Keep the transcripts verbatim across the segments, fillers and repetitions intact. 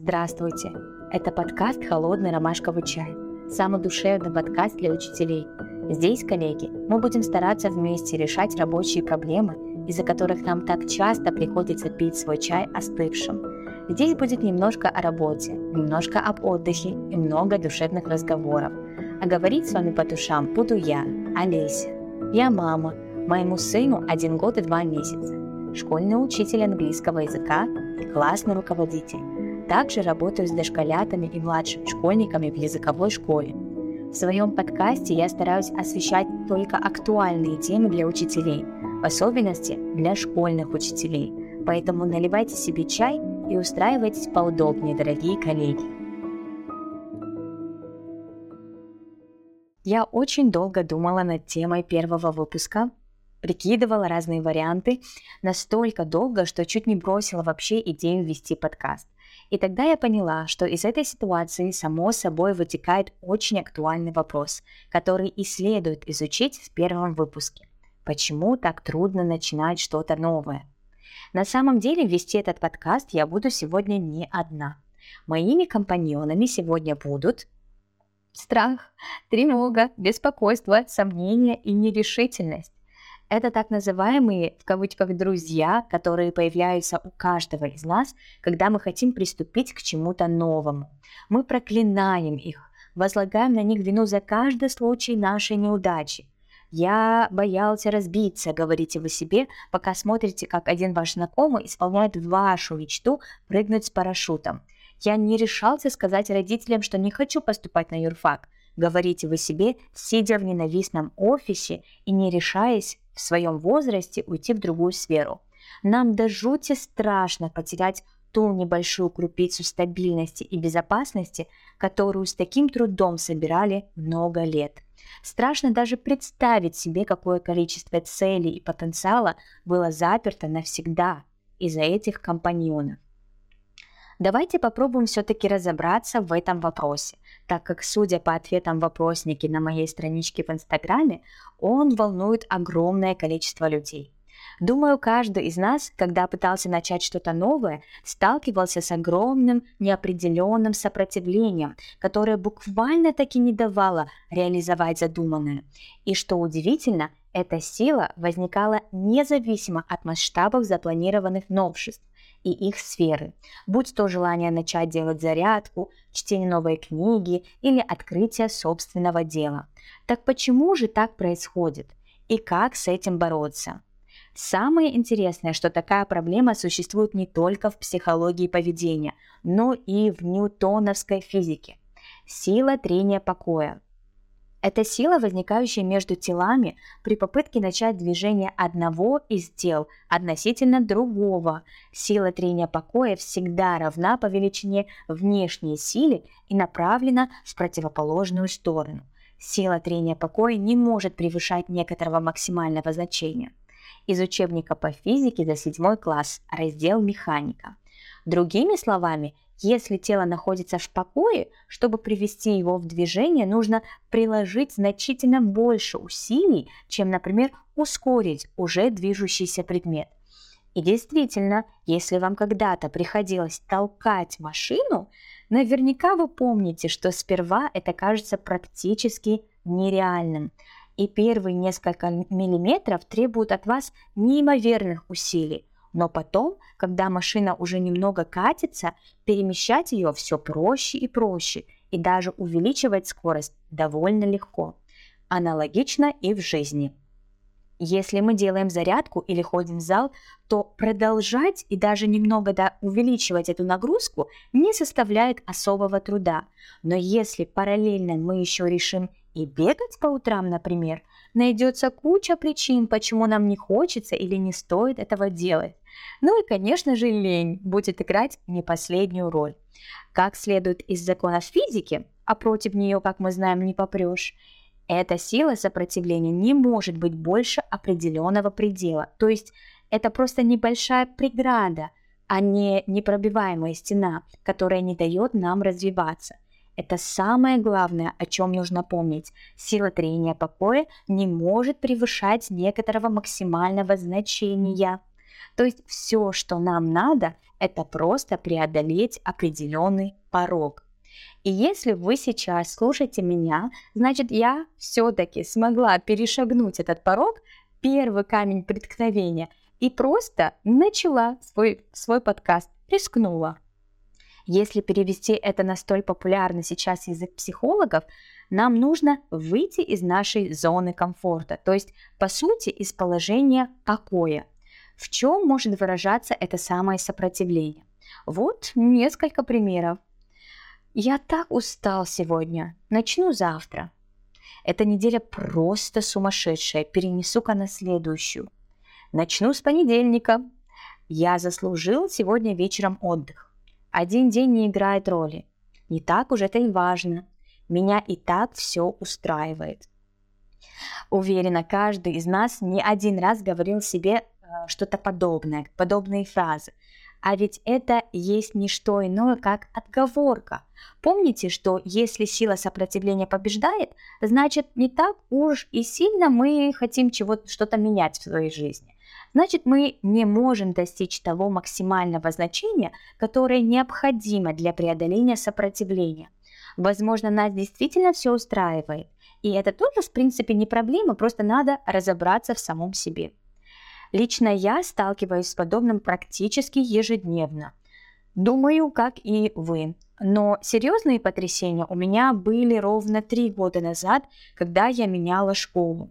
Здравствуйте! Это подкаст «Холодный ромашковый чай», самый душевный подкаст для учителей. Здесь, коллеги, мы будем стараться вместе решать рабочие проблемы, из-за которых нам так часто приходится пить свой чай остывшим. Здесь будет немножко о работе, немножко об отдыхе и много душевных разговоров. А говорить с вами по душам буду я, Олеся. Я мама, моему сыну один год и два месяца, школьный учитель английского языка и классный руководитель. Также работаю с дошколятами и младшими школьниками в языковой школе. В своем подкасте я стараюсь освещать только актуальные темы для учителей, в особенности для школьных учителей. Поэтому наливайте себе чай и устраивайтесь поудобнее, дорогие коллеги. Я очень долго думала над темой первого выпуска, прикидывала разные варианты, настолько долго, что чуть не бросила вообще идею вести подкаст. И тогда я поняла, что из этой ситуации само собой вытекает очень актуальный вопрос, который и следует изучить в первом выпуске. Почему так трудно начинать что-то новое? На самом деле вести этот подкаст я буду сегодня не одна. Моими компаньонами сегодня будут страх, тревога, беспокойство, сомнения и нерешительность. Это так называемые, в кавычках, друзья, которые появляются у каждого из нас, когда мы хотим приступить к чему-то новому. Мы проклинаем их, возлагаем на них вину за каждый случай нашей неудачи. «Я боялся разбиться», — говорите вы себе, пока смотрите, как один ваш знакомый исполняет вашу мечту прыгнуть с парашютом. «Я не решался сказать родителям, что не хочу поступать на юрфак», — говорите вы себе, сидя в ненавистном офисе и не решаясь в своем возрасте уйти в другую сферу. Нам до жути страшно потерять ту небольшую крупицу стабильности и безопасности, которую с таким трудом собирали много лет. Страшно даже представить себе, какое количество целей и потенциала было заперто навсегда из-за этих компаньонов. Давайте попробуем все-таки разобраться в этом вопросе, так как, судя по ответам в вопроснике на моей страничке в Инстаграме, он волнует огромное количество людей. Думаю, каждый из нас, когда пытался начать что-то новое, сталкивался с огромным неопределенным сопротивлением, которое буквально таки не давало реализовать задуманное. И что удивительно, эта сила возникала независимо от масштабов запланированных новшеств и их сферы, будь то желание начать делать зарядку, чтение новой книги или открытие собственного дела. Так почему же так происходит? И как с этим бороться? Самое интересное, что такая проблема существует не только в психологии поведения, но и в ньютоновской физике. Сила трения покоя. Это сила, возникающая между телами при попытке начать движение одного из тел относительно другого. Сила трения покоя всегда равна по величине внешней силе и направлена в противоположную сторону. Сила трения покоя не может превышать некоторого максимального значения. Из учебника по физике за седьмой класс, раздел «Механика». Другими словами, если тело находится в покое, чтобы привести его в движение, нужно приложить значительно больше усилий, чем, например, ускорить уже движущийся предмет. И действительно, если вам когда-то приходилось толкать машину, наверняка вы помните, что сперва это кажется практически нереальным. И первые несколько миллиметров требуют от вас неимоверных усилий. Но потом, когда машина уже немного катится, перемещать ее все проще и проще, и даже увеличивать скорость довольно легко. Аналогично и в жизни. Если мы делаем зарядку или ходим в зал, то продолжать и даже немного да, увеличивать эту нагрузку не составляет особого труда. Но если параллельно мы еще решим и бегать по утрам, например, найдется куча причин, почему нам не хочется или не стоит этого делать. Ну и, конечно же, лень будет играть не последнюю роль. Как следует из законов физики, а против нее, как мы знаем, не попрешь, эта сила сопротивления не может быть больше определенного предела. То есть это просто небольшая преграда, а не непробиваемая стена, которая не дает нам развиваться. Это самое главное, о чем нужно помнить. Сила трения покоя не может превышать некоторого максимального значения. То есть все, что нам надо, это просто преодолеть определенный порог. И если вы сейчас слушаете меня, значит, я все-таки смогла перешагнуть этот порог, первый камень преткновения, и просто начала свой, свой подкаст, рискнула. Если перевести это на столь популярный сейчас язык психологов, нам нужно выйти из нашей зоны комфорта, то есть, по сути, из положения покоя. В чем может выражаться это самое сопротивление? Вот несколько примеров. Я так устал сегодня, начну завтра. Эта неделя просто сумасшедшая, перенесу-ка на следующую. Начну с понедельника. Я заслужил сегодня вечером отдых. Один день не играет роли. Не так уж это и важно. Меня и так все устраивает. Уверена, каждый из нас не один раз говорил себе э, что-то подобное, подобные фразы. А ведь это есть не что иное, как отговорка. Помните, что если сила сопротивления побеждает, значит не так уж и сильно мы хотим чего-то, что-то менять в своей жизни. Значит, мы не можем достичь того максимального значения, которое необходимо для преодоления сопротивления. Возможно, нас действительно все устраивает. И это тоже, в принципе, не проблема, просто надо разобраться в самом себе. Лично я сталкиваюсь с подобным практически ежедневно. Думаю, как и вы. Но серьезные потрясения у меня были ровно три года назад, когда я меняла школу.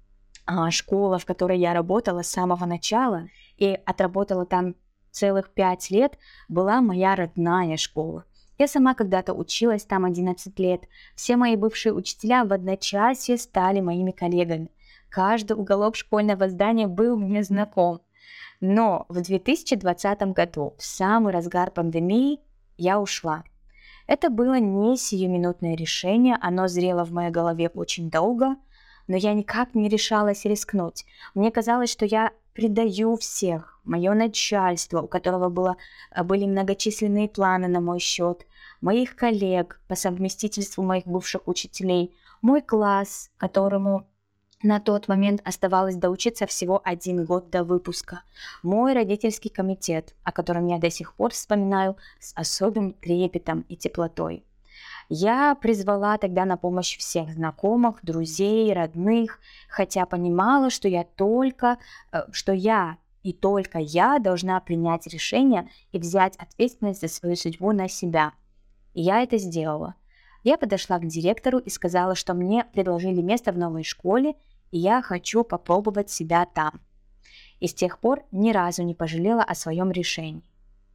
А школа, в которой я работала с самого начала и отработала там целых пять лет, была моя родная школа. Я сама когда-то училась там одиннадцать лет. Все мои бывшие учителя в одночасье стали моими коллегами. Каждый уголок школьного здания был мне знаком. Но в две тысячи двадцатом году, в самый разгар пандемии, я ушла. Это было не сиюминутное решение, оно зрело в моей голове очень долго, но я никак не решалась рискнуть. Мне казалось, что я предаю всех, мое начальство, у которого было, были многочисленные планы на мой счет, моих коллег по совместительству моих бывших учителей, мой класс, которому на тот момент оставалось доучиться всего один год до выпуска, мой родительский комитет, о котором я до сих пор вспоминаю с особым трепетом и теплотой. Я призвала тогда на помощь всех знакомых, друзей, родных, хотя понимала, что я только, что я и только я должна принять решение и взять ответственность за свою судьбу на себя. И я это сделала. Я подошла к директору и сказала, что мне предложили место в новой школе, и я хочу попробовать себя там. И с тех пор ни разу не пожалела о своем решении.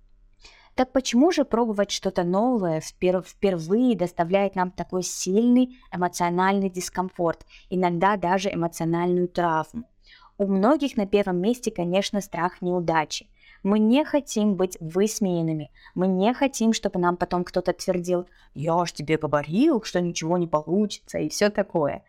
Так почему же пробовать что-то новое впер- впервые доставляет нам такой сильный эмоциональный дискомфорт, иногда даже эмоциональную травму? У многих на первом месте, конечно, страх неудачи. Мы не хотим быть высмеянными, мы не хотим, чтобы нам потом кто-то твердил: «Я ж тебе говорил, что ничего не получится» и все такое.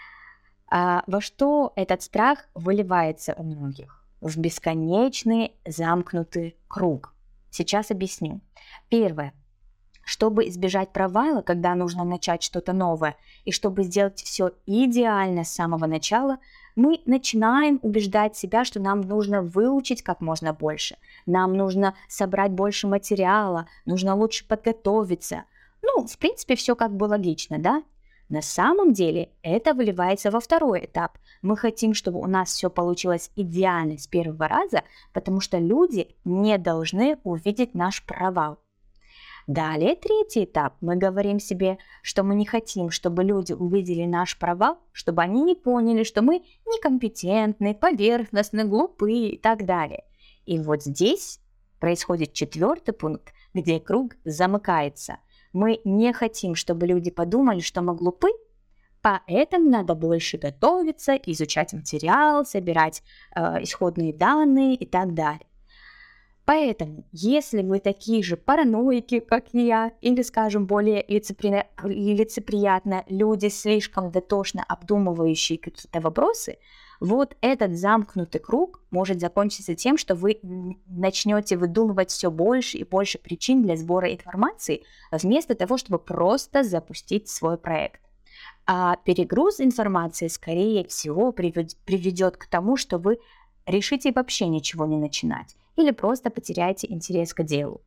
А во что этот страх выливается у многих? В бесконечный замкнутый круг. Сейчас объясню. Первое. Чтобы избежать провала, когда нужно начать что-то новое, и чтобы сделать все идеально с самого начала, мы начинаем убеждать себя, что нам нужно выучить как можно больше, нам нужно собрать больше материала, нужно лучше подготовиться. Ну, в принципе, все как бы логично, да? На самом деле это выливается во второй этап. Мы хотим, чтобы у нас все получилось идеально с первого раза, потому что люди не должны увидеть наш провал. Далее третий этап. Мы говорим себе, что мы не хотим, чтобы люди увидели наш провал, чтобы они не поняли, что мы некомпетентны, поверхностны, глупые и так далее. И вот здесь происходит четвертый пункт, где круг замыкается. Мы не хотим, чтобы люди подумали, что мы глупы, поэтому надо больше готовиться, изучать материал, собирать э, исходные данные и так далее. Поэтому, если вы такие же параноики, как и я, или, скажем, более лицепри... лицеприятно люди, слишком дотошно обдумывающие какие-то вопросы, вот этот замкнутый круг может закончиться тем, что вы начнете выдумывать все больше и больше причин для сбора информации, вместо того, чтобы просто запустить свой проект. А перегруз информации, скорее всего, приведет к тому, что вы решите вообще ничего не начинать или просто потеряете интерес к делу.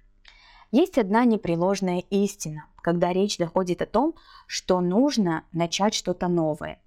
Есть одна непреложная истина, когда речь доходит о том, что нужно начать что-то новое.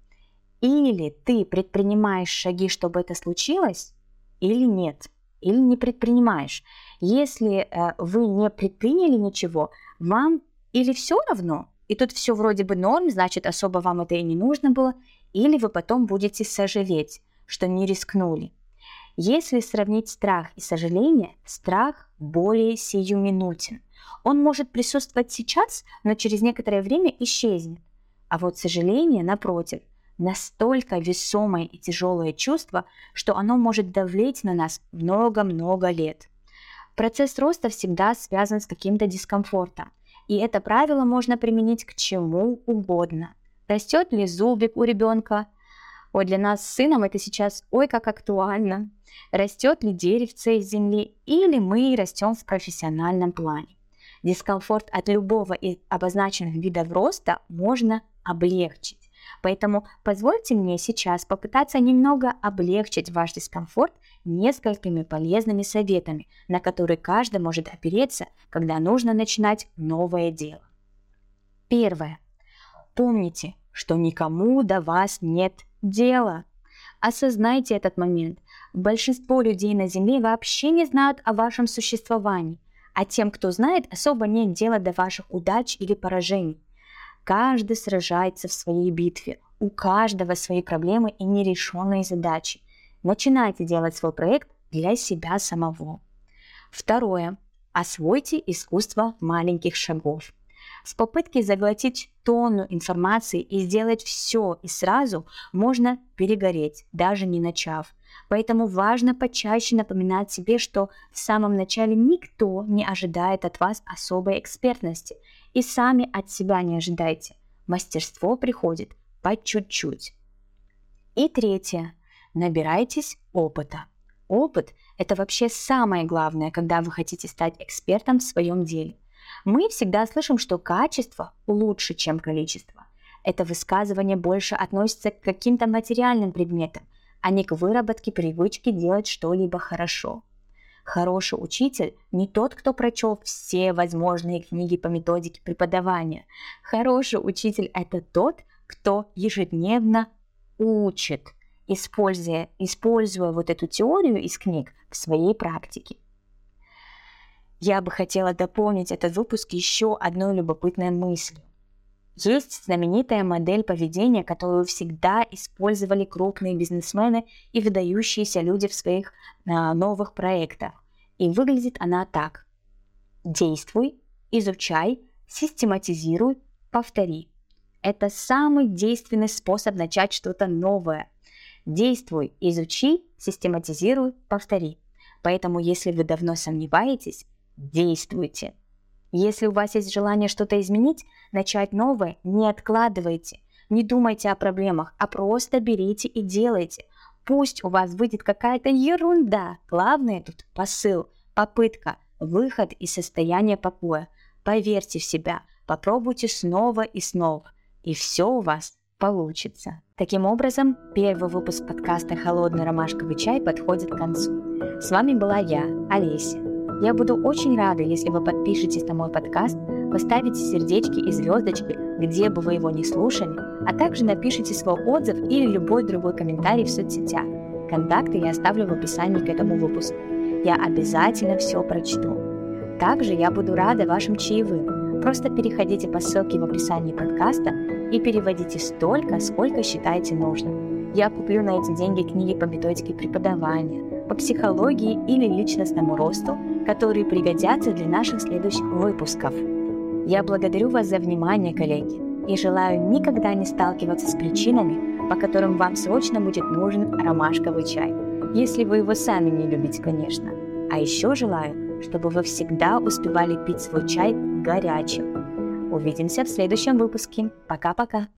Или ты предпринимаешь шаги, чтобы это случилось, или нет, или не предпринимаешь. Если э, вы не предприняли ничего, вам или все равно, и тут все вроде бы норм, значит особо вам это и не нужно было, или вы потом будете сожалеть, что не рискнули. Если сравнить страх и сожаление, страх более сиюминутен. Он может присутствовать сейчас, но через некоторое время исчезнет. А вот сожаление, напротив, настолько весомое и тяжелое чувство, что оно может давлеть на нас много-много лет. Процесс роста всегда связан с каким-то дискомфортом, и это правило можно применить к чему угодно. Растет ли зубик у ребенка? Ой, для нас с сыном это сейчас ой как актуально. Растет ли деревце из земли, или мы растем в профессиональном плане. Дискомфорт от любого из обозначенных видов роста можно облегчить. Поэтому позвольте мне сейчас попытаться немного облегчить ваш дискомфорт несколькими полезными советами, на которые каждый может опереться, когда нужно начинать новое дело. Первое. Помните, что никому до вас нет дела. Осознайте этот момент. Большинство людей на Земле вообще не знают о вашем существовании, а тем, кто знает, особо нет дела до ваших удач или поражений. Каждый сражается в своей битве, у каждого свои проблемы и нерешенные задачи. Начинайте делать свой проект для себя самого. Второе. Освойте искусство маленьких шагов. В попытке заглотить тонну информации и сделать все и сразу можно перегореть, даже не начав. Поэтому важно почаще напоминать себе, что в самом начале никто не ожидает от вас особой экспертности. И сами от себя не ожидайте. Мастерство приходит по чуть-чуть. И третье. Набирайтесь опыта. Опыт – это вообще самое главное, когда вы хотите стать экспертом в своем деле. Мы всегда слышим, что качество лучше, чем количество. Это высказывание больше относится к каким-то материальным предметам, а не к выработке привычки делать что-либо хорошо. Хороший учитель не тот, кто прочел все возможные книги по методике преподавания. Хороший учитель – это тот, кто ежедневно учит, используя, используя вот эту теорию из книг в своей практике. Я бы хотела дополнить этот выпуск еще одной любопытной мыслью. Есть знаменитая модель поведения, которую всегда использовали крупные бизнесмены и выдающиеся люди в своих а, новых проектах. И выглядит она так. Действуй, изучай, систематизируй, повтори. Это самый действенный способ начать что-то новое. Действуй, изучи, систематизируй, повтори. Поэтому, если вы давно сомневаетесь, действуйте. Если у вас есть желание что-то изменить, начать новое, не откладывайте. Не думайте о проблемах, а просто берите и делайте. Пусть у вас выйдет какая-то ерунда. Главное тут посыл, попытка, выход из состояния покоя. Поверьте в себя, попробуйте снова и снова, и все у вас получится. Таким образом, первый выпуск подкаста «Холодный ромашковый чай» подходит к концу. С вами была я, Олеся. Я буду очень рада, если вы подпишетесь на мой подкаст, поставите сердечки и звездочки, где бы вы его не слушали, а также напишите свой отзыв или любой другой комментарий в соцсетях. Контакты я оставлю в описании к этому выпуску. Я обязательно все прочту. Также я буду рада вашим чаевым. Просто переходите по ссылке в описании подкаста и переводите столько, сколько считаете нужным. Я куплю на эти деньги книги по методике преподавания, по психологии или личностному росту, которые пригодятся для наших следующих выпусков. Я благодарю вас за внимание, коллеги, и желаю никогда не сталкиваться с причинами, по которым вам срочно будет нужен ромашковый чай, если вы его сами не любите, конечно. А еще желаю, чтобы вы всегда успевали пить свой чай горячим. Увидимся в следующем выпуске. Пока-пока!